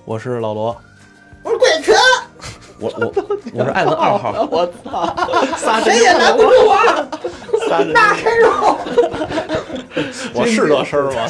我是老罗， 我是鬼子， 我是艾文2号， 我操， 谁也拦不住我，大开肉。 我是这声吗？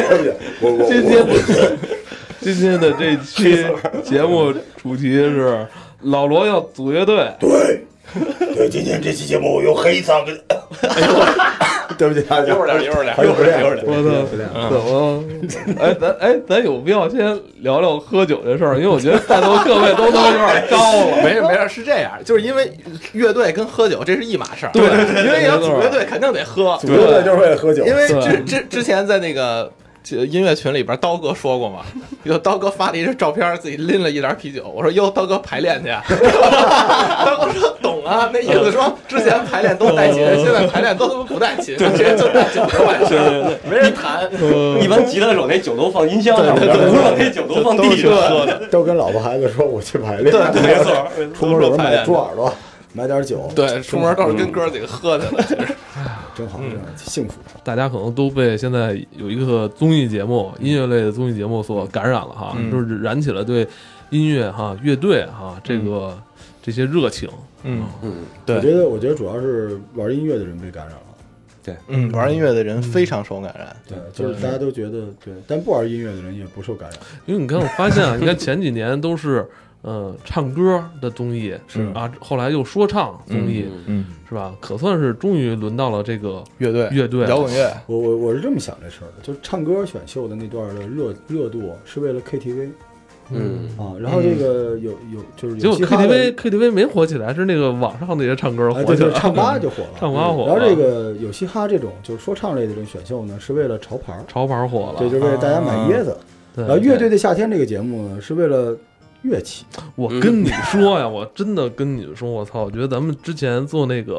今天的这期节目主题是老罗要组乐队。 对，今天这期节目我用黑嗓跟，对不起大家， 悠着点， 我操，怎么？咱有必要先聊聊喝酒这事儿，因为我觉得在座各位都有点高了。 没事，是这样，就是因为乐队跟喝酒这是一码事儿。对，因为要组乐队肯定得喝， 组乐队就是为了喝酒。 因为之前在那个音乐群里边，刀哥说过嘛，有刀哥发了一张照片，自己拎了一篮啤酒。我说哟，刀哥排练去。刀哥说懂啊，那意思说之前排练都带琴，现在排练都他妈不带琴，直接就带酒就完事儿，没人弹。 一般吉他手那酒都放音箱上，那酒都放地上喝的。 都跟老婆孩子说我去排练， 对，没错， 出门有人买猪耳朵，买点酒， 对，出门都是跟哥几个喝去了，其实真好，幸福。 大家可能都被现在有一个综艺节目，音乐类的综艺节目所感染了哈，就是燃起了对音乐哈、乐队哈这些热情。 对， 我觉得主要是玩音乐的人被感染了。 对， 玩音乐的人非常受感染。 对，就是大家都觉得对，但不玩音乐的人也不受感染。 因为你看，我发现啊，你看前几年都是唱歌的综艺是啊，后来又说唱综艺，是吧？可算是终于轮到了这个乐队摇滚乐。 我是这么想这事儿的，就是唱歌选秀的那段的热度是为了 KTV。然后这个有就是结果 KTV 没火起来，是那个网上那些唱歌火起来， 唱吧就火了， 唱吧火了。 然后这个有嘻哈这种就是说唱类的这种选秀呢，是为了潮牌火了， 对，就是为了大家买椰子。然后乐队的夏天这个节目呢，是为了乐器。 我跟你说呀，我真的跟你说，我操！我觉得咱们之前做那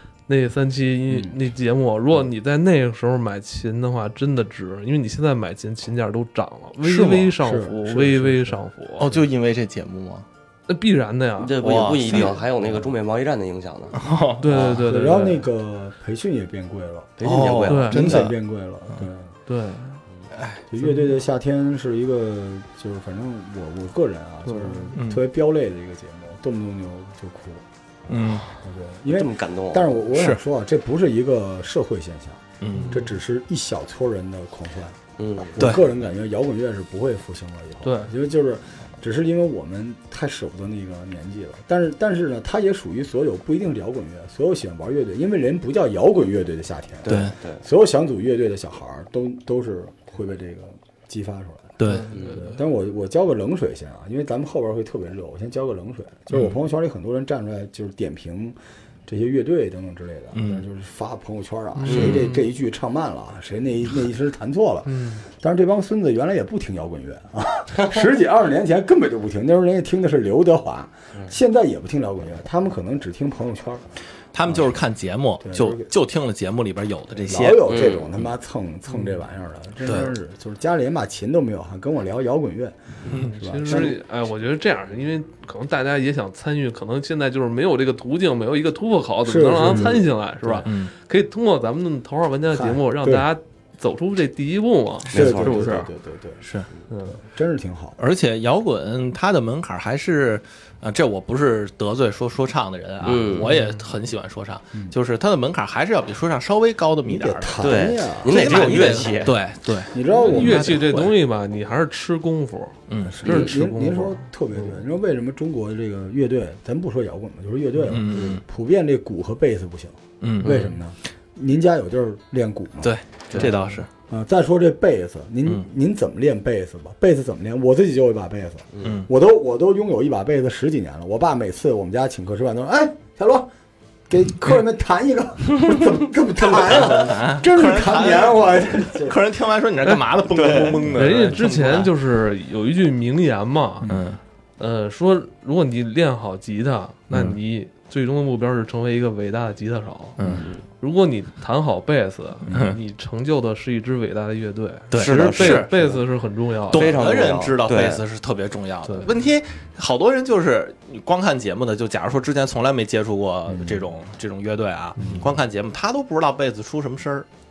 3期那节目，如果你在那个时候买琴的话，真的值，因为你现在买琴价都涨了，微微上浮，微上浮。 哦，就因为这节目吗？ 那必然的呀， 这也不一定，还有那个中美贸易战的影响呢。 对。 然后那个培训也变贵了， 培训也贵了， 真的变贵了。 对。 乐队的夏天是一个，就是反正我个人啊，就是特别飙泪的一个节目，动不动就哭。对，因为这么感动。 但是我想说啊，这不是一个社会现象，这只是一小撮人的狂欢。我个人感觉摇滚乐是不会复兴了以后。 对， 因为只是因为我们太舍不得那个年纪了。但是呢，它也属于所有不一定是摇滚乐，所有喜欢玩乐队，因为人不叫摇滚乐队的夏天。 对， 所有想组乐队的小孩都是会被这个激发出来。 对， 但我浇个冷水先啊，因为咱们后边会特别热，我先浇个冷水。就是我朋友圈里很多人站出来，就是点评这些乐队等等之类的，就是发朋友圈啊，谁这一句唱慢了，谁那一声弹错了。但是这帮孙子原来也不听摇滚乐啊，10几20年前根本就不听，那时候人家听的是刘德华，现在也不听摇滚乐，他们可能只听朋友圈。 他们就是看节目，就听了节目里边有的这些， 老有这种他妈蹭这玩意儿的，真是就是家里连把琴都没有，还跟我聊摇滚乐，是吧？ 其实我觉得这样，因为可能大家也想参与，可能现在就是没有这个途径，没有一个突破口，怎么能让他参与进来，是吧？可以通过咱们的头号玩家节目，让大家走出这第一步嘛， 是不是？ 对， 是， 真是挺好。 而且摇滚它的门槛还是。这我不是得罪说唱的人啊，我也很喜欢说唱，就是它的门槛还是要比说唱稍微高那么一点的。 对，您得有乐器。 对， 你知道乐器这东西吧，你还是吃功夫。真是吃功夫。 您说特别对。你说为什么中国的这个乐队，咱不说摇滚嘛，就说乐队，普遍这鼓和贝斯不行。为什么呢？您家有地儿练鼓吗？ 对，这倒是。 再说这贝斯，您怎么练贝斯吧？贝斯怎么练？我自己就有一把贝斯，我都拥有一把贝斯10几年了。我爸每次我们家请客吃饭都说：“哎，小罗，给客人们弹一个。”怎么弹啊？真是弹棉花。 客人听完说：“你这干嘛呢？嘣嘣嘣的。” 人家之前就是有一句名言嘛，说如果你练好吉他，那你最终的目标是成为一个伟大的吉他手。如果你弹好贝斯，你成就的是一支伟大的乐队。 对， 其实贝斯是很重要的， 懂的人知道贝斯是特别重要的。问题好多人就是你光看节目的，就假如说之前从来没接触过这种乐队啊，光看节目他都不知道贝斯出什么声儿。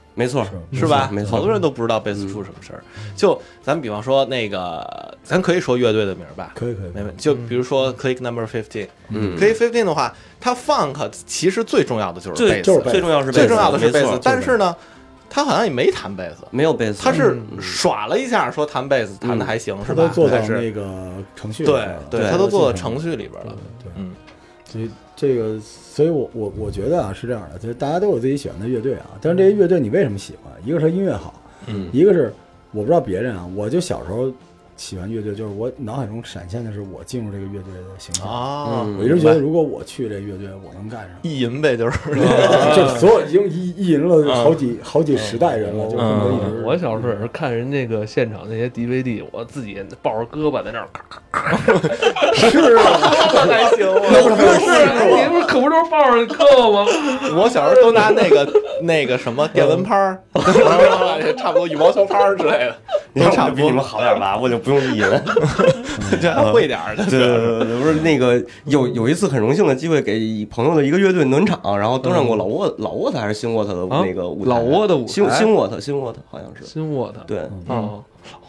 没错， 是吧？ 没错， 好多人都不知道贝斯出什么事儿。就咱比方说那个，咱可以说乐队的名吧？ 可以， 没问题。就比如说 Click Number 15，Click 15的话，它 Funk 其实最重要的就是贝斯， 最重要是最重要的是贝斯， 没错但是呢。他好像也没弹贝斯， 没有贝斯， 他是耍了一下，说弹贝斯弹的还行，是吧？ 他都做到那个程序里对对， 他都做到程序里边了。 对，所以这个，所以我觉得啊是这样的，就是大家都有自己喜欢的乐队啊，但是这些乐队你为什么喜欢？一个是音乐好，一个是我不知道别人啊，我就小时候喜欢乐队，就是我脑海中闪现的是我进入这个乐队的形象啊。 我一直觉得，如果我去这乐队，我能干上。 意淫呗，就是就所有已经意淫了好几十代人了，就一直。 我小时候也是看人那个现场那些 DVD，我自己抱着胳膊在那儿咔咔咔， 是啊， 还行。 你不是可不都是抱着胳膊吗？ 我小时候都拿那个什么电蚊拍儿，差不多羽毛球拍儿之类的，都差不多。 比你们好点吧，我就不用意淫。 这还会点的。 对，不是那个有一次很荣幸的机会，给朋友的一个乐队暖场，然后登上过老沃特还是新沃特的那个舞台， 老沃的舞台， 新沃特好像是新沃特， 对啊，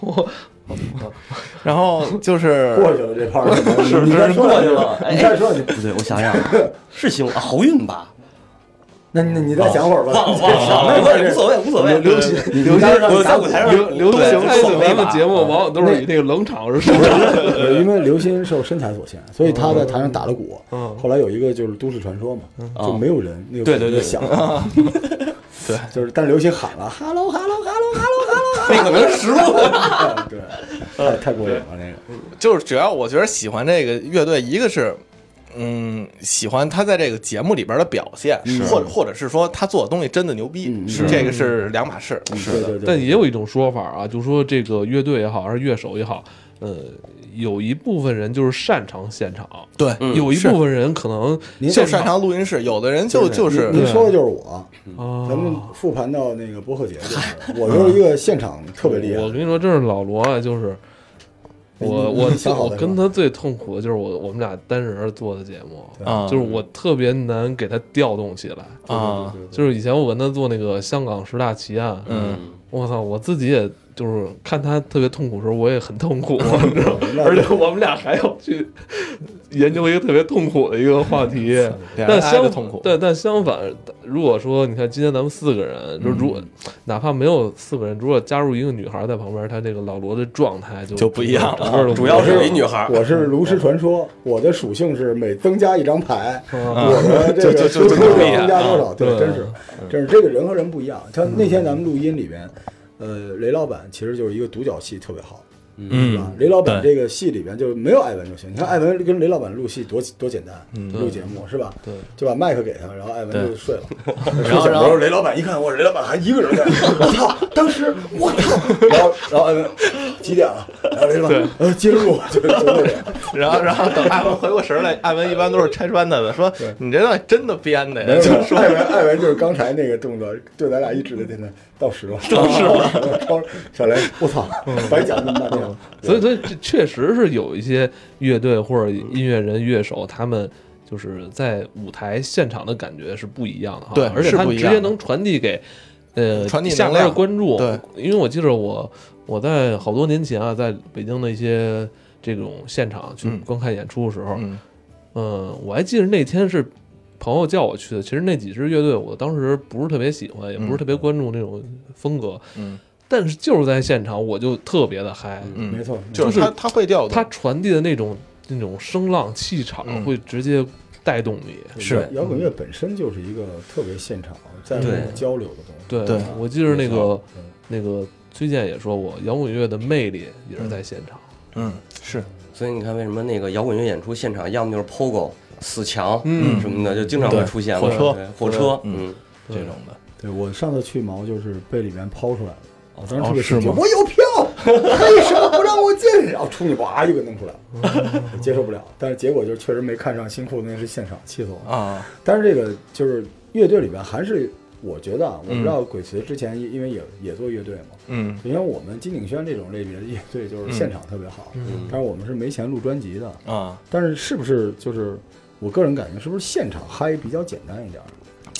然后就是过去了这part， 你再说过去了， 你再说你不对，我想想，是新豪运吧？ 那你再想会儿吧， 无所谓， 流行， 我在舞台上流行咱们节目往往都是以那个冷场是因为刘鑫受身材所限，所以他在台上打了鼓。后来有一个就是都市传说嘛，就没有人那个鼓响，对，就是但是刘鑫喊了 “hello hello hello hello hello”， 那可能实录， 对，太过瘾了那个。 就是主要我觉得喜欢这个乐队，一个是。喜欢他在这个节目里边的表现，或者是说他做的东西真的牛逼，这个是两码事。 是的， 但也有一种说法啊，就是说这个乐队也好，还是乐手也好，有一部分人就是擅长现场， 对， 有一部分人可能就擅长录音室，有的人就是您说的就是我。咱们复盘到那个播客节，我就是一个现场特别厉害。 我跟你说，真是老罗啊，就是。我跟他最痛苦的就是我们俩单人做的节目，就是我特别难给他调动起来啊。 就是以前我跟他做那个香港10大奇案，我操，我自己也就是看他特别痛苦的时候，我也很痛苦，而且我们俩还要去研究一个特别痛苦的一个话题。但相反，如果说你看今天咱们4个人，如果哪怕没有4个人，如果加入一个女孩在旁边，他这个老罗的状态就不一样了。 主要是一女孩， 我是炉石传说，我的属性是每增加一张牌，我的这个输出增加多少？对，真是这个人和人不一样。像那天咱们录音里边。雷老板其实就是一个独角戏特别好，是吧？雷老板这个戏里边就没有艾文就行。你看艾文跟雷老板录戏多简单，录节目是吧？ 对， 就把麦克给他，然后艾文就睡了。然后雷老板一看，我雷老板还一个人在，我操！当时我操！然后艾文几点了？然后雷老板接着录，就那种。 然后等艾文回过神来，艾文一般都是拆穿他的，说你这段真的编的呀？ 就说艾文就是刚才那个动作，就咱俩一直在天天。到10了，超小雷，我操，白讲那么半天。 所以这确实是有一些乐队或者音乐人、乐手，他们就是在舞台现场的感觉是不一样的哈。 对， 而且他直接能传递给下边的观众。 对， 因为我记得我在好多年前啊，在北京的一些这种现场去观看演出的时候，我还记得那天是。朋友叫我去的，其实那几支乐队我当时不是特别喜欢，也不是特别关注那种风格，但是就是在现场我就特别的嗨， 没错， 就是他会调动， 他传递的那种声浪气场会直接带动你。 是摇滚乐本身就是一个特别现场在交流的东西。对，我记得那个崔健也说过，摇滚乐的魅力也是在现场。 是， 所以你看为什么那个摇滚乐演出现场要么就是 Pogo。死墙什么的就经常会出现火车这种的。对，我上次去毛就是被里面抛出来了，我当时特别生气， 我有票，为什么不让我进？然后出去哇一个弄出来了，接受不了。但是结果就是确实没看上新裤子，那是现场，气死我啊！但是这个就是乐队里边还是我觉得啊，我不知道鬼词之前因为也做乐队嘛，因为我们金鼎轩这种类别的乐队就是现场特别好，但是我们是没钱录专辑的啊。但是是不是就是？我个人感觉是不是现场嗨比较简单一点？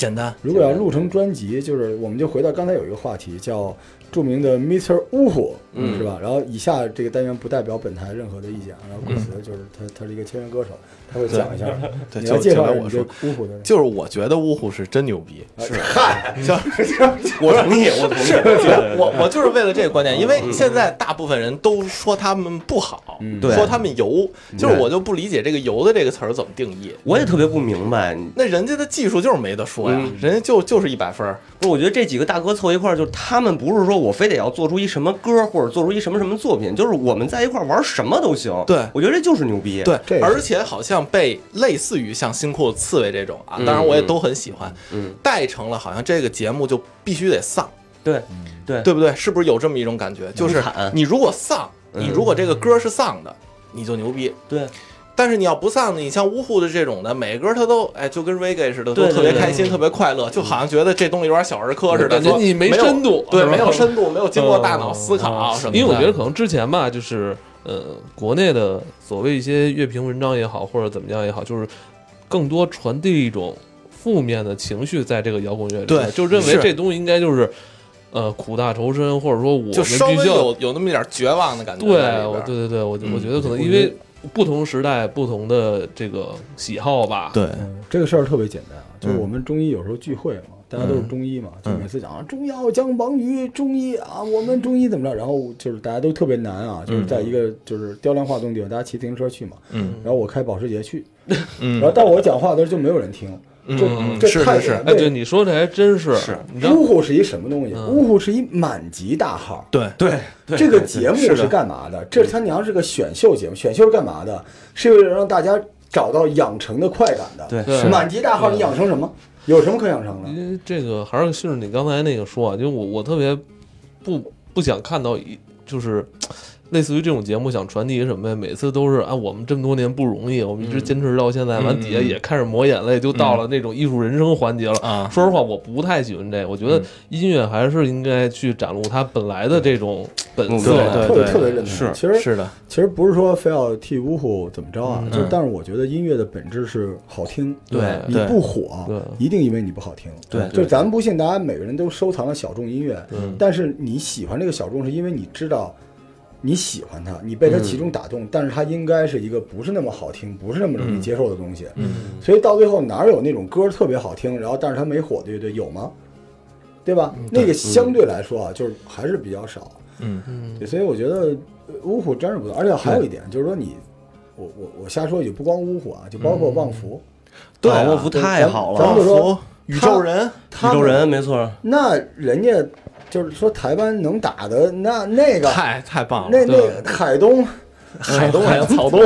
简单。 如果要录成专辑，就是我们就回到刚才有一个话题，叫著名的 Mr. 呜呼，是吧？然后以下这个单元不代表本台任何的意见，然后贵慈就是他是一个签约歌手，他会讲一下。 对， 你来介绍我说呜呼的， 就是我觉得呜呼是真牛逼， 是嗨， 我同意，我同意。 我就是为了这个观点，因为现在大部分人都说他们不好，说他们油，就是我就不理解这个油的这个词儿怎么定义。 我也特别不明白， 那人家的技术就是没得说呀，人家就是100分。 不是，我觉得这几个大哥凑一块儿，就是他们不是说我非得要做出一什么歌或者做出一什么作品，就是我们在一块儿玩什么都行。 对， 我觉得这就是牛逼。 对，而且好像被类似于像新裤子、刺猬这种啊，当然我也都很喜欢，带成了好像这个节目就必须得丧。 对不对？是不是有这么一种感觉？就是你如果丧，你如果这个歌是丧的，你就牛逼。 对。 但是你要不丧的，你像呜呼的这种的，每个歌他都就跟 reggae 似的，都特别开心，特别快乐，就好像觉得这东西有点小儿科似的， 感觉你没深度， 对，没有深度，没有经过大脑思考什么的。 因为我觉得可能之前吧，就是国内的所谓一些乐评文章也好，或者怎么样也好，就是更多传递一种负面的情绪在这个摇滚乐里， 对， 就认为这东西应该就是苦大仇深，或者说我们就稍微必须要有那么一点绝望的感觉。 对，我觉得可能因为不同时代不同的这个喜好吧。 对， 这个事儿特别简单啊，就是我们中医有时候聚会嘛，大家都是中医嘛，就每次讲啊中药姜黄鱼，中医啊，我们中医怎么着，然后就是大家都特别难啊，就是在一个就是雕梁画栋的地方，大家骑自行车去嘛，然后我开保时捷去，然后到我讲话的时候就没有人听。这太是， 对你说这还真是。 呜呼是一什么东西？呜呼是一满级大号。 对， 这个节目是干嘛的？这他娘是个选秀节目，选秀是干嘛的？是为了让大家找到养成的快感的。 对， 满级大号你养成什么？有什么可养成的？ 因为这个还是就是你刚才那个说啊，就我特别不想看到就是类似于这种节目想传递什么呀？每次都是我们这么多年不容易，我们一直坚持到现在，完底下也开始抹眼泪，就到了那种艺术人生环节了。说实话，我不太喜欢这，我觉得音乐还是应该去展露它本来的这种本色。 对，特别认同。 是的， 其实不是说非要替呜呼怎么着啊，就但是我觉得音乐的本质是好听。 对， 你不火，一定因为你不好听。 对， 就咱们不信，大家每个人都收藏了小众音乐，但是你喜欢这个小众，是因为你知道。你喜欢它，你被它其中打动，但是它应该是一个不是那么好听，不是那么容易接受的东西。所以到最后哪有那种歌特别好听，然后但是它没火的乐队有吗？对吧？那个相对来说啊，就是还是比较少。所以我觉得呜呼真是不错，而且还有一点就是说我瞎说，也不光呜呼啊，就包括旺福。 对， 旺福太好了， 咱们就说宇宙人没错。 那人家。就是说台湾能打的那个太棒了， 那个海东还有草东，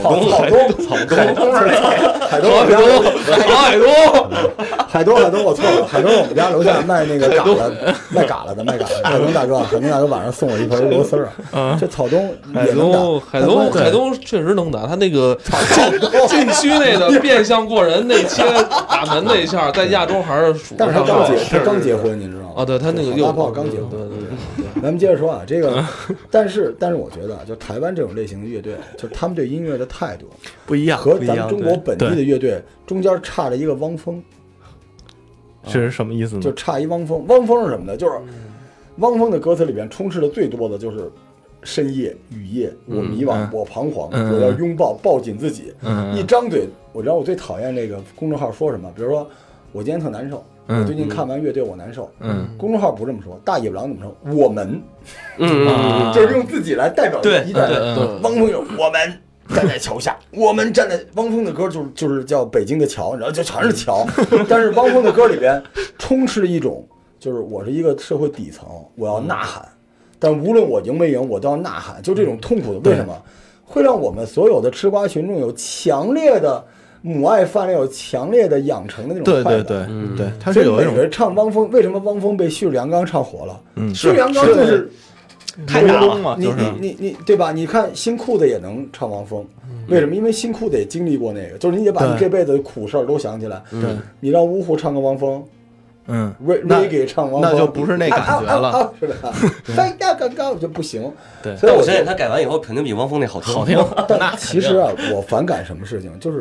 海东，我错了，海东我们家楼下卖那个嘎啦的，海东大哥晚上送我一盆螺丝儿，这草东也能打， 海东确实能打，他那个禁区内的变相过人内切打门那一下，在亚洲还是数， 但是他刚结婚，你知道吗？ 啊，对他那个大炮刚结婚，对。咱们接着说啊，这个，但是我觉得，就台湾这种类型的乐队，就他们对音乐的态度不一样， 和咱们中国本地的乐队中间差着一个汪峰， 是什么意思呢？ 就差一汪峰。汪峰是什么呢？就是汪峰的歌词里边充斥的最多的就是深夜、雨夜，我迷惘，我彷徨，我要拥抱，抱紧自己。一张嘴，我知道我最讨厌那个公众号说什么，比如说我今天特难受。我最近看完乐队我难受，公众号不这么说，大野狼怎么说？我们，就是用自己来代表一代人。汪峰有我们站在桥下，我们站在汪峰的歌就是叫北京的桥，然后就全是桥，但是汪峰的歌里边充斥一种，就是我是一个社会底层，我要呐喊，但无论我赢没赢，我都要呐喊，就这种痛苦的，为什么会让我们所有的吃瓜群众有强烈的。母爱泛滥有强烈的养成的那种快感， 对，他是有一种。 每个人唱汪峰，为什么汪峰被旭日阳刚唱火了？旭日阳刚就是太大了嘛， 你对吧？你看新裤子也能唱汪峰，为什么？因为新裤子也经历过那个，就是你得把你这辈子的苦事儿都想起来。你让呜呼唱个汪峰，reggae 唱汪峰， 那就不是那感觉了， 是吧？非要刚刚就不行。 对，我相信他改完以后肯定比汪峰那好听。 但其实啊，我反感什么事情，就是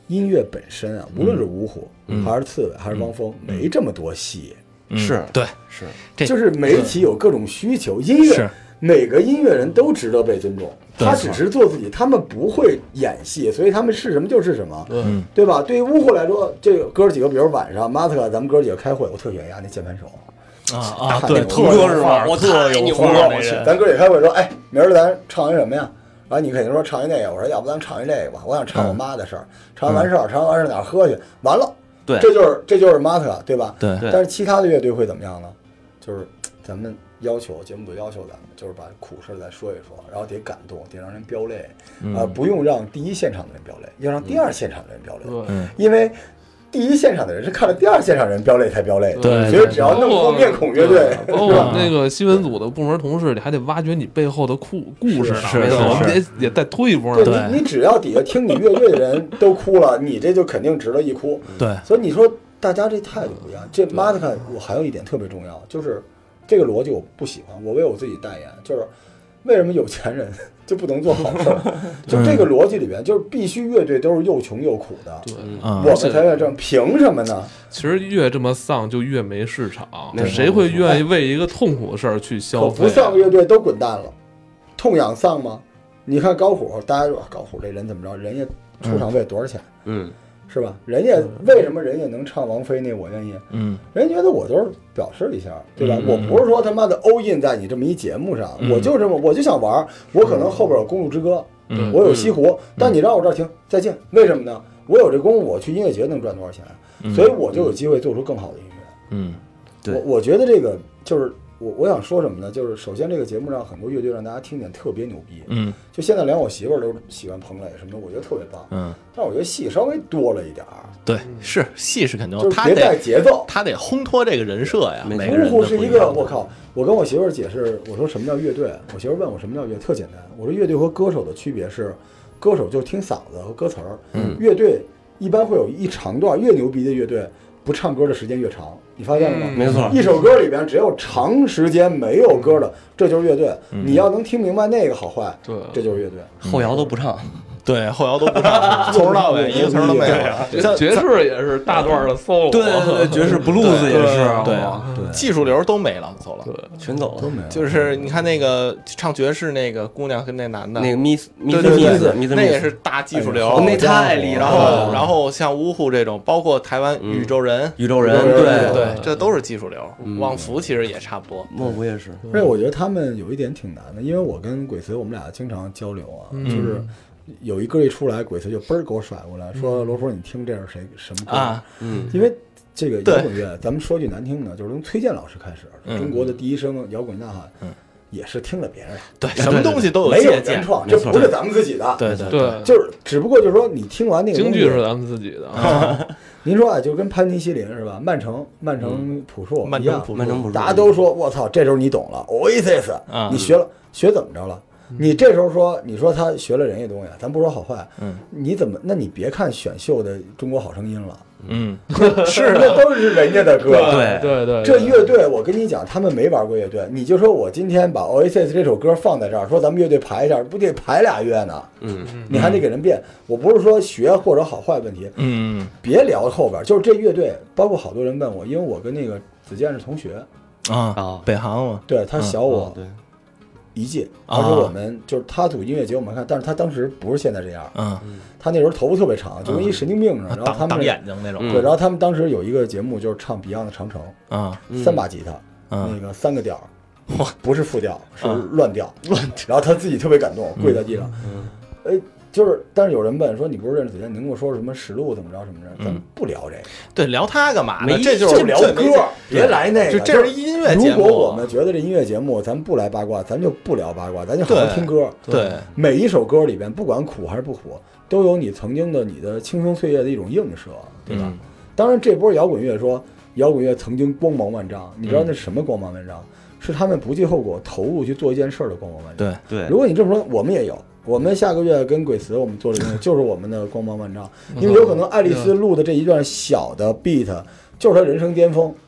音乐本身啊，无论是五虎还是刺猬还是汪峰，没这么多戏， 是对， 是， 就是媒体有各种需求，音乐每个音乐人都值得被尊重，他只是做自己，他们不会演戏，所以他们是什么就是什么，对吧？对于呜呼来说，这个哥几个，比如晚上马特咱们哥几个开会，我特喜欢压那键盘手。 对， 特有范儿，我特有范儿，我去。 咱哥也开会说，哎，明儿咱唱一什么呀？然后你肯定说唱一那个，我说要不咱唱一这个吧，我想唱我妈的事儿，唱完事儿哪儿喝去，完了， 对， 这就是马特，对吧？ 对。 但是其他的乐队会怎么样呢？就是咱们节目组要求咱们，就是把苦事再说一说，然后得感动，得让人飙泪，不用让第一现场的人飙泪，要让第二现场的人飙泪，因为。第一现场的人是看了第二现场人飙泪才飙泪的， 对， 所以只要弄出面孔乐队， 包括那个新闻组的部门同事，你还得挖掘你背后的故事，我们也再推一波。 对，你只要底下听你乐队的人都哭了，你这就肯定值得一哭。 对， 所以你说大家这态度不一样。这马特卡，我还有一点特别重要，就是这个逻辑我不喜欢，我为我自己代言，就是为什么有钱人就不能做好事儿？就这个逻辑里边，就是必须乐队都是又穷又苦的， 对， 我们才越挣，凭什么呢？ 其实越这么丧，就越没市场，谁会愿意为一个痛苦的事儿去消费？ 不丧乐队都滚蛋了，痛痒丧吗？你看高虎，大家说高虎这人怎么着？人家出场费多少钱？是吧？人家为什么人家能唱王菲那我愿意？人家觉得我都是表示一下，对吧？我不是说他妈的欧印在你这么一节目上，我就这么我就想玩，我可能后边有公路之歌，我有西湖，但你让我这儿停再见，为什么呢？我有这功夫，我去音乐节能赚多少钱？所以我就有机会做出更好的音乐。 对， 我觉得这个就是我想说什么呢？就是首先这个节目上很多乐队让大家听见特别牛逼，就现在连我媳妇儿都喜欢彭磊什么的，我觉得特别棒，但我觉得戏稍微多了一点儿。 对，是戏是肯定， 就是别带节奏， 他得烘托这个人设呀。 呜呼是一个，我靠！我跟我媳妇儿解释，我说什么叫乐队？我媳妇儿问我什么叫乐队，特简单。我说乐队和歌手的区别是，歌手就听嗓子和歌词儿，乐队一般会有一长段，越牛逼的乐队不唱歌的时间越长。你发现了吗？ 没错， 一首歌里边只有长时间没有歌的，这就是乐队。你要能听明白那个好坏，对，这就是乐队。 后摇都不唱。 对，后摇都不唱，从头到尾一个词都没有。 爵士也是大段的 solo， 对，爵士 blues 也是， 对，技术流都没了，solo 全走了， 都没了。 就是你看那个唱爵士那个姑娘跟那男的， 那个 Miss， 那也是大技术流， 那太厉害了。 然后像呜呼这种，包括台湾宇宙人， 对， 这都是技术流。旺福其实也差不多， 莫福也是。 而且我觉得他们有一点挺难的，因为我跟鬼词我们俩经常交流啊，就是有一歌一出来，鬼词就嘣儿给我甩过来，说罗叔你听这是谁什么歌啊？因为这个摇滚乐，咱们说句难听的，就是从崔健老师开始，中国的第一声摇滚呐喊，也是听了别人的， 对，什么东西都有没有原创，这不是咱们自己的， 对， 就是只不过就是说你听完那个京剧是咱们自己的啊。 您说啊，就跟潘尼西林是吧？曼城朴树一样，大家都说我操，这时候你懂了 ，Oasis， 你学怎么着了？你这时候说，你说他学了人家东西，咱不说好坏，你怎么？那你别看选秀的《中国好声音》了，是那都是人家的歌， 对， 这乐队我跟你讲，他们没玩过乐队，你就说我今天把 Oasis 这首歌放在这儿，说咱们乐队排一下，不得排俩月呢？你还得给人变。我不是说学或者好坏问题，别聊后边，就是这乐队，包括好多人问我，因为我跟那个子健是同学啊，北航嘛， 对他小我。一届，而且我们就是他组音乐节我们看，但是他当时不是现在这样，他那时候头发特别长，就跟一神经病似的，然后他们挡眼睛那种， 对，然后他们当时有一个节目就是唱 Beyond 的《长城》3把吉他，那个3个调，不是副调，是乱调，然后他自己特别感动，跪在地上，就是，但是有人问说，你不是认识子健，你跟我说什么实录怎么着什么着？咱们不聊这个， 对，聊他干嘛呢？ 这就是聊歌，别来那个。 这是音乐节目。 如果我们觉得这音乐节目，咱不来八卦，咱就不聊八卦，咱就好好听歌。 对， 每一首歌里边，不管苦还是不苦，都有你曾经的你的青葱岁月的一种映射，对吧？当然，这波摇滚乐说摇滚乐曾经光芒万丈，你知道那什么光芒万丈？是他们不计后果投入去做一件事儿的光芒万丈。 对， 如果你这么说，我们也有。我们下个月跟鬼词我们做的东西就是我们的光芒万丈，因为有可能爱丽丝录的这一段小的 beat 就是他人生巅峰，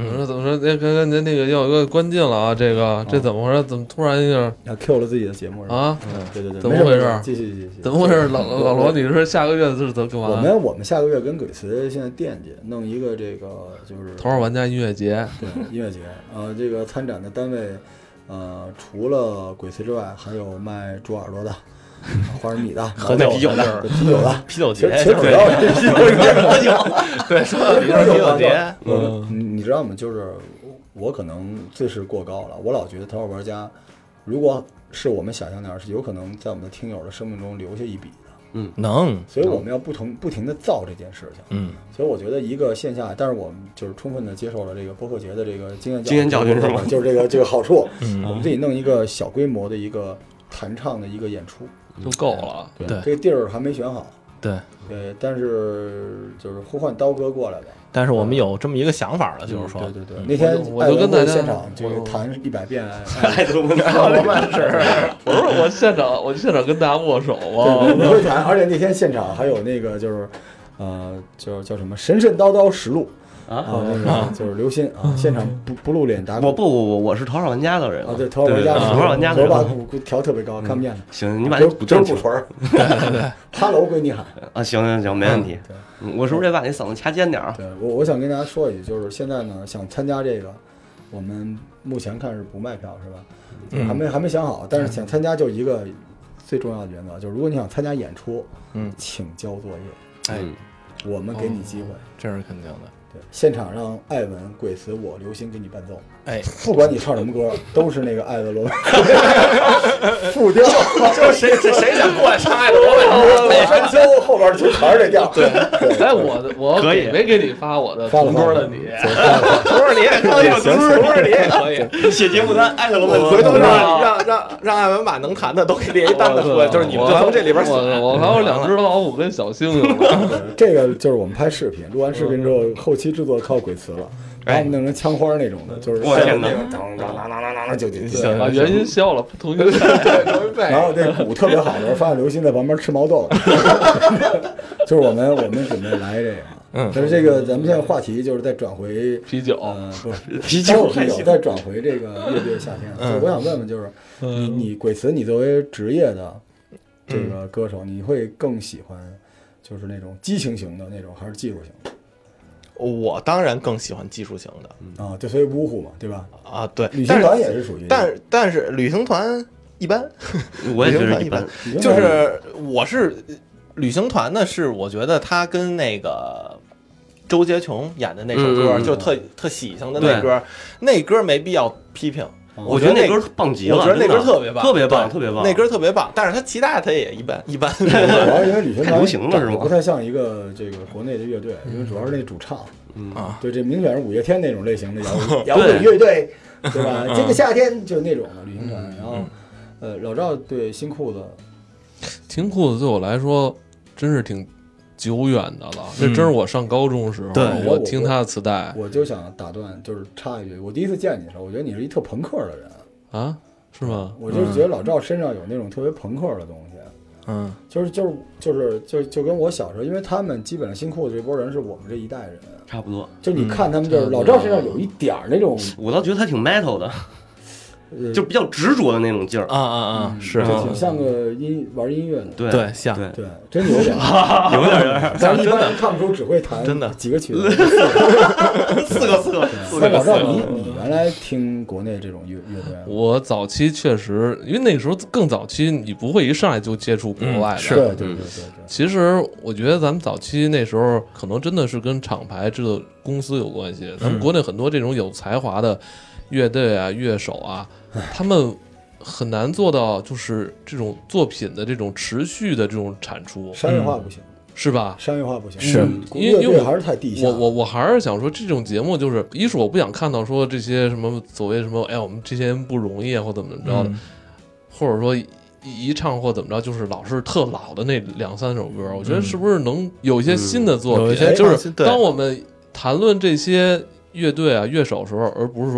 我说怎么说？刚您那个要有个关进了啊，这怎么回事？怎么突然一下要 Q 了自己的节目是吧？ 啊？ 对， 怎么回事？ 继续。 怎么回事？老罗，你说下个月是怎么干嘛？ 我们下个月跟鬼词现在惦记弄一个这个就是头号玩家音乐节， 对音乐节这个参展的单位除了鬼词之外，还有卖猪耳朵的。花生米的、 喝酒的、 啤酒节， 其实主要是啤酒节。 对，说到底是啤酒节。 你知道吗？就是我可能自视过高了，我老觉得头号玩家，如果是我们想象那样，是有可能在我们的听友的生命中留下一笔的。 能。 所以我们要不停的造这件事情。所以我觉得一个线下，但是我们就是充分的接受了这个播客节的这个经验教训是吗？就是这个好处。我们自己弄一个小规模的一个弹唱的一个演出。 就够了， 对，这个地儿还没选好， 对， 但是就是呼唤刀哥过来吧。 但是我们有这么一个想法了，就是说， 对，那天我就跟大家现场就弹100遍爱德蒙是， 我现场跟大家握手啊， 你会弹，而且那天现场还有那个就是叫什么神神叨叨实录。那个就是刘鑫现场不露脸打鼓。 我是头号玩家的人对，头号玩家， 头号玩家的人，我把鼓调特别高，看不见的。 行，你把鼓真鼓槌儿，对，Hello 归你喊啊，行，没问题。我是不是得把那嗓子掐尖点儿？ 对，我想跟大家说一句，就是现在呢，想参加这个，我们目前看是不卖票，是吧？还没想好，但是想参加就一个最重要的原则，就是如果你想参加演出，请交作业。我们给你机会， 这是肯定的。 对，现场让艾文、鬼词、我刘鑫给你伴奏。不管你唱什么歌，都是那个艾德罗复调， 就是谁想过来唱艾德罗山丘后边就全是这调。对， 我可以没给你发我的同桌的你， 同桌你也可以，同桌你也可以写节目单，艾德罗回头让艾文把能弹的都给列一单子出来，就是你们就从这里边选。 我还有2只老虎跟小星星。 这个就是我们拍视频，录完视频之后，后期制作靠鬼词了。把我们弄成枪花那种的，就是我天哪， 就把原音消了，重新背。 然后这鼓特别好的时候，发现刘鑫在旁边吃毛豆。就是我们准备来这个，但是这个咱们现在话题就是再转回啤酒， 不是啤酒，再转回这个乐队夏天。我想问问，就是你鬼词，你作为职业的这个歌手，你会更喜欢就是那种激情型的那种，还是技术型的？ 我当然更喜欢技术型的就所以呜呼嘛，对吧？ 对， 旅行团也是属于， 但是旅行团一般， 我也觉得一般。 就是我是旅行团呢，是我觉得他跟那个周杰琼演的那首歌，就特喜庆的那歌没必要批评。 我觉得那歌棒极了， 我觉得那歌特别棒， 特别棒，特别棒。 那歌特别棒，但是他其他他也一般。主要因为旅行团太流行了是吗？ 不太像一个这个国内的乐队，因为主要是那主唱。对，这明显是五月天那种类型的摇滚乐队，对吧？这个夏天就那种的旅行团。然后，老赵对新裤子， 新裤子对我来说真是挺久远的了，这真是我上高中时候，我听他的磁带。 我就想打断，就是插一句，我第一次见你的时候，我觉得你是一特朋克的人啊，是吗？ 我就觉得老赵身上有那种特别朋克的东西。就跟我小时候，因为他们基本上新裤子这波人是我们这一代人， 差不多。 就你看他们，就是老赵身上有一点那种， 我倒觉得他挺 metal 的。就比较执着的那种劲儿是挺像个玩音乐的， 对，像对，真有点， 有点， 但是一般人看不出只会弹真的几个曲子， 四个。 老赵，你原来听国内这种乐队？ 我早期确实，因为那个时候更早期，你不会一上来就接触国外的，对。 其实我觉得咱们早期那时候可能真的是跟厂牌制作公司有关系，咱们国内很多这种有才华的乐队啊、乐手啊。他们很难做到，就是这种作品的这种持续的这种产出， 商业化不行， 是吧？ 商业化不行， 是因为还是太地下。 我还是想说，这种节目就是一是我不想看到说这些什么所谓什么，哎，我们这些人不容易啊，或怎么着的，或者说一唱或怎么着，就是老是特老的那2-3首歌。我觉得是不是能有一些新的作品？就是当我们谈论这些乐队啊、乐手的时候，而不是说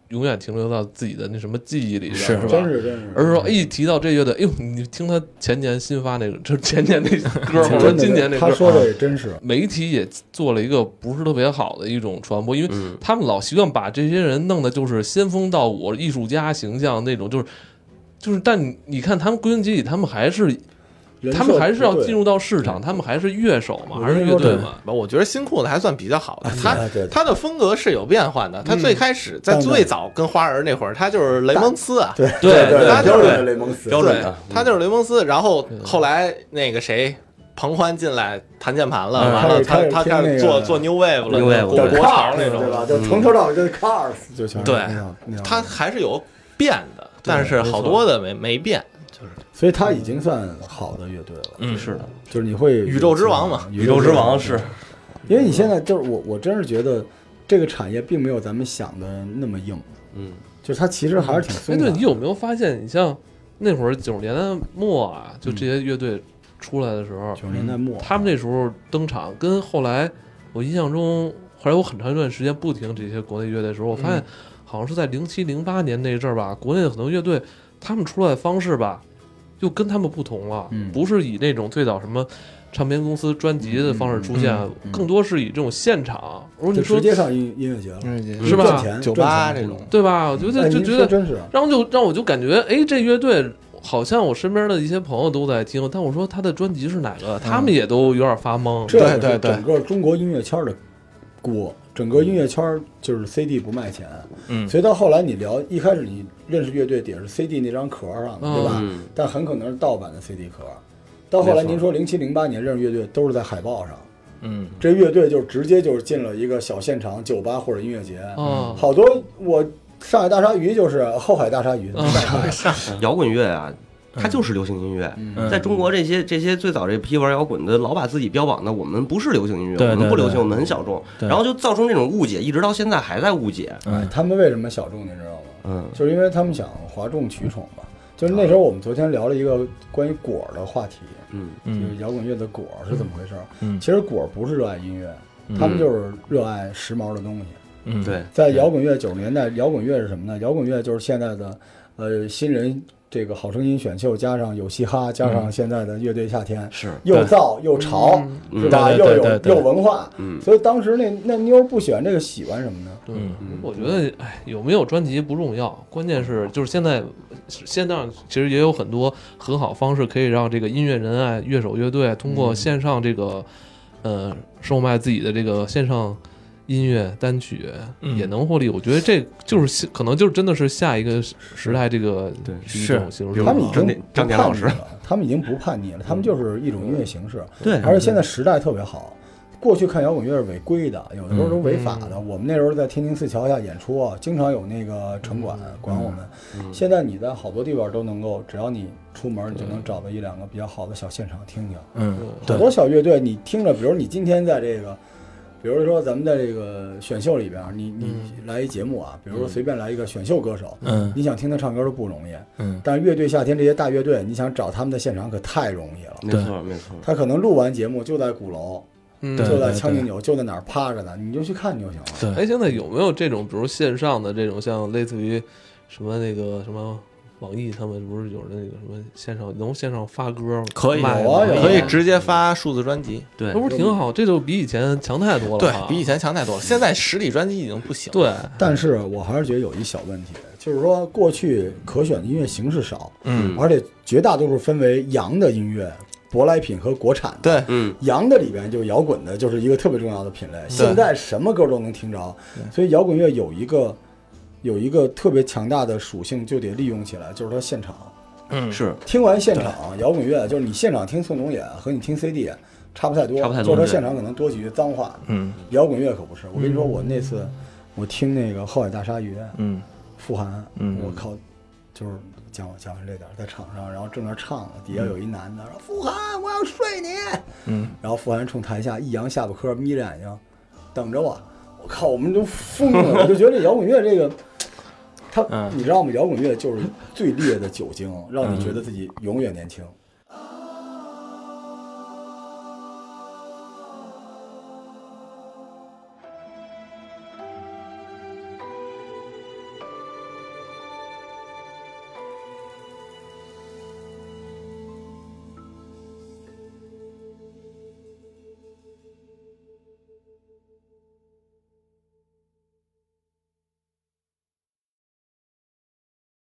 永远停留到自己的那什么记忆里边，是吧？ 真是。 而是说，一提到这乐队，哎呦，你听他前年新发那个，就是前年那歌，或者今年那歌， 他说的也真是。 媒体也做了一个不是特别好的一种传播，因为他们老习惯把这些人弄的就是仙风道骨、艺术家形象那种，就是，但你看他们归根结底，他们还是要进入到市场，他们还是乐手嘛，还是乐队嘛。 我觉得新裤子还算比较好的，他的风格是有变换的。他最开始在最早跟花儿那会儿，他就是雷蒙斯啊， 对， 他就是雷蒙斯， 标准的， 他就是雷蒙斯。然后后来那个谁。彭欢进来弹键盘了，完了他开始做 New Wave 了，国潮那种， 对吧？就从头到尾就是 Cars， 就全对，他还是有变的，但是好多的没变，就是， 所以他已经算好的乐队了。 是的， 就是你会宇宙之王嘛， 宇宙之王是， 因为你现在就是我真是觉得这个产业并没有咱们想的那么硬，就是它其实还是挺松的。 对，你有没有发现，你像那会儿90年代末啊，就这些乐队出来的时候 ，90年代末， 他们那时候登场，跟后来我印象中，后来我很长一段时间不听这些国内乐队的时候，我发现好像是在07、08年那阵儿吧，国内的很多乐队他们出来的方式吧，又跟他们不同了，不是以那种最早什么唱片公司专辑的方式出现，更多是以这种现场。我说你说直接上音乐节了， 是吧？ 酒吧这种， 对吧？我觉得就觉得真是， 让我就感觉，哎，这乐队。好像我身边的一些朋友都在听，但我说他的专辑是哪个，他们也都有点发懵。 对，整个中国音乐圈的锅，整个音乐圈就是 CD 不卖钱，所以到后来你聊，一开始你认识乐队也是 CD 那张壳上的，对吧？但很可能是盗版的 CD 壳。到后来您说07、08年认识乐队都是在海报上，这乐队就直接就是进了一个小现场酒吧或者音乐节，好多我。上海大鲨鱼就是后海大鲨鱼， 摇滚乐啊，它就是流行音乐。在中国这些最早这批玩摇滚的，老把自己标榜的我们不是流行音乐，我们不流行，我们很小众，然后就造成这种误解，一直到现在还在误解。 他们为什么小众，你知道吗？就是因为他们想哗众取宠吧。就是那时候我们昨天聊了一个关于果的话题，就是摇滚乐的果是怎么回事？其实果不是热爱音乐，他们就是热爱时髦的东西。 对， 在摇滚乐90年代，摇滚乐是什么呢？摇滚乐就是现在的新人这个好声音选秀，加上有嘻哈，加上现在的乐队夏天， 是又燥又潮，是吧？又文化，所以当时那妞不喜欢这个，喜欢什么呢？ 我觉得有没有专辑不重要，关键是就是现在其实也有很多很好方式可以让这个音乐人啊、乐手、乐队通过线上这个售卖自己的这个线上。音乐单曲也能获利，我觉得这就是可能就真的是下一个时代这个一种形式。 他们已经张典老师， 他们已经不叛逆了，他们就是一种音乐形式。 对， 而且现在时代特别好。过去看摇滚乐是违规的，有的时候都违法的。我们那时候在天津四桥下演出，经常有那个城管管我们。现在你在好多地方都能够，只要你出门，你就能找到一两个比较好的小现场听听。好多小乐队你听着，比如你今天在这个。比如说咱们在这个选秀里边，你来一节目啊，比如说随便来一个选秀歌手，你想听他唱歌都不容易，但是乐队夏天这些大乐队，你想找他们的现场可太容易了， 没错， 他可能录完节目就在鼓楼，就在将进酒，就在哪儿趴着呢，你就去看就行了。 对，哎，现在有没有这种，比如线上的这种，像类似于什么那个什么？网易他们不是有那个什么线上发歌， 可以可以直接发数字专辑， 对，这不是挺好？这就比以前强太多了， 对比以前强太多了。现在实体专辑已经不行了， 对。 但是我还是觉得有一小问题，就是说过去可选的音乐形式少，而且绝大多数分为洋的音乐、舶来品和国产的， 对， 洋的里边就摇滚的，就是一个特别重要的品类。现在什么歌都能听着，所以摇滚乐有一个特别强大的属性，就得利用起来，就是它现场。 是听完现场摇滚乐，就是你现场听宋冬野和你听 CD 差不太多，就是他现场可能多几句脏话。摇滚乐可不是。我跟你说，我那次我听那个后海大鲨鱼，傅涵，我靠，就是讲完这点，在场上，然后正那唱呢，底下有一男的说：“傅涵，我要睡你。”然后傅涵冲台下一扬下巴颏，眯着眼睛等着我。我靠，我们都疯了！我就觉得这摇滚乐这个。你知道吗？摇滚乐就是最烈的酒精，让你觉得自己永远年轻。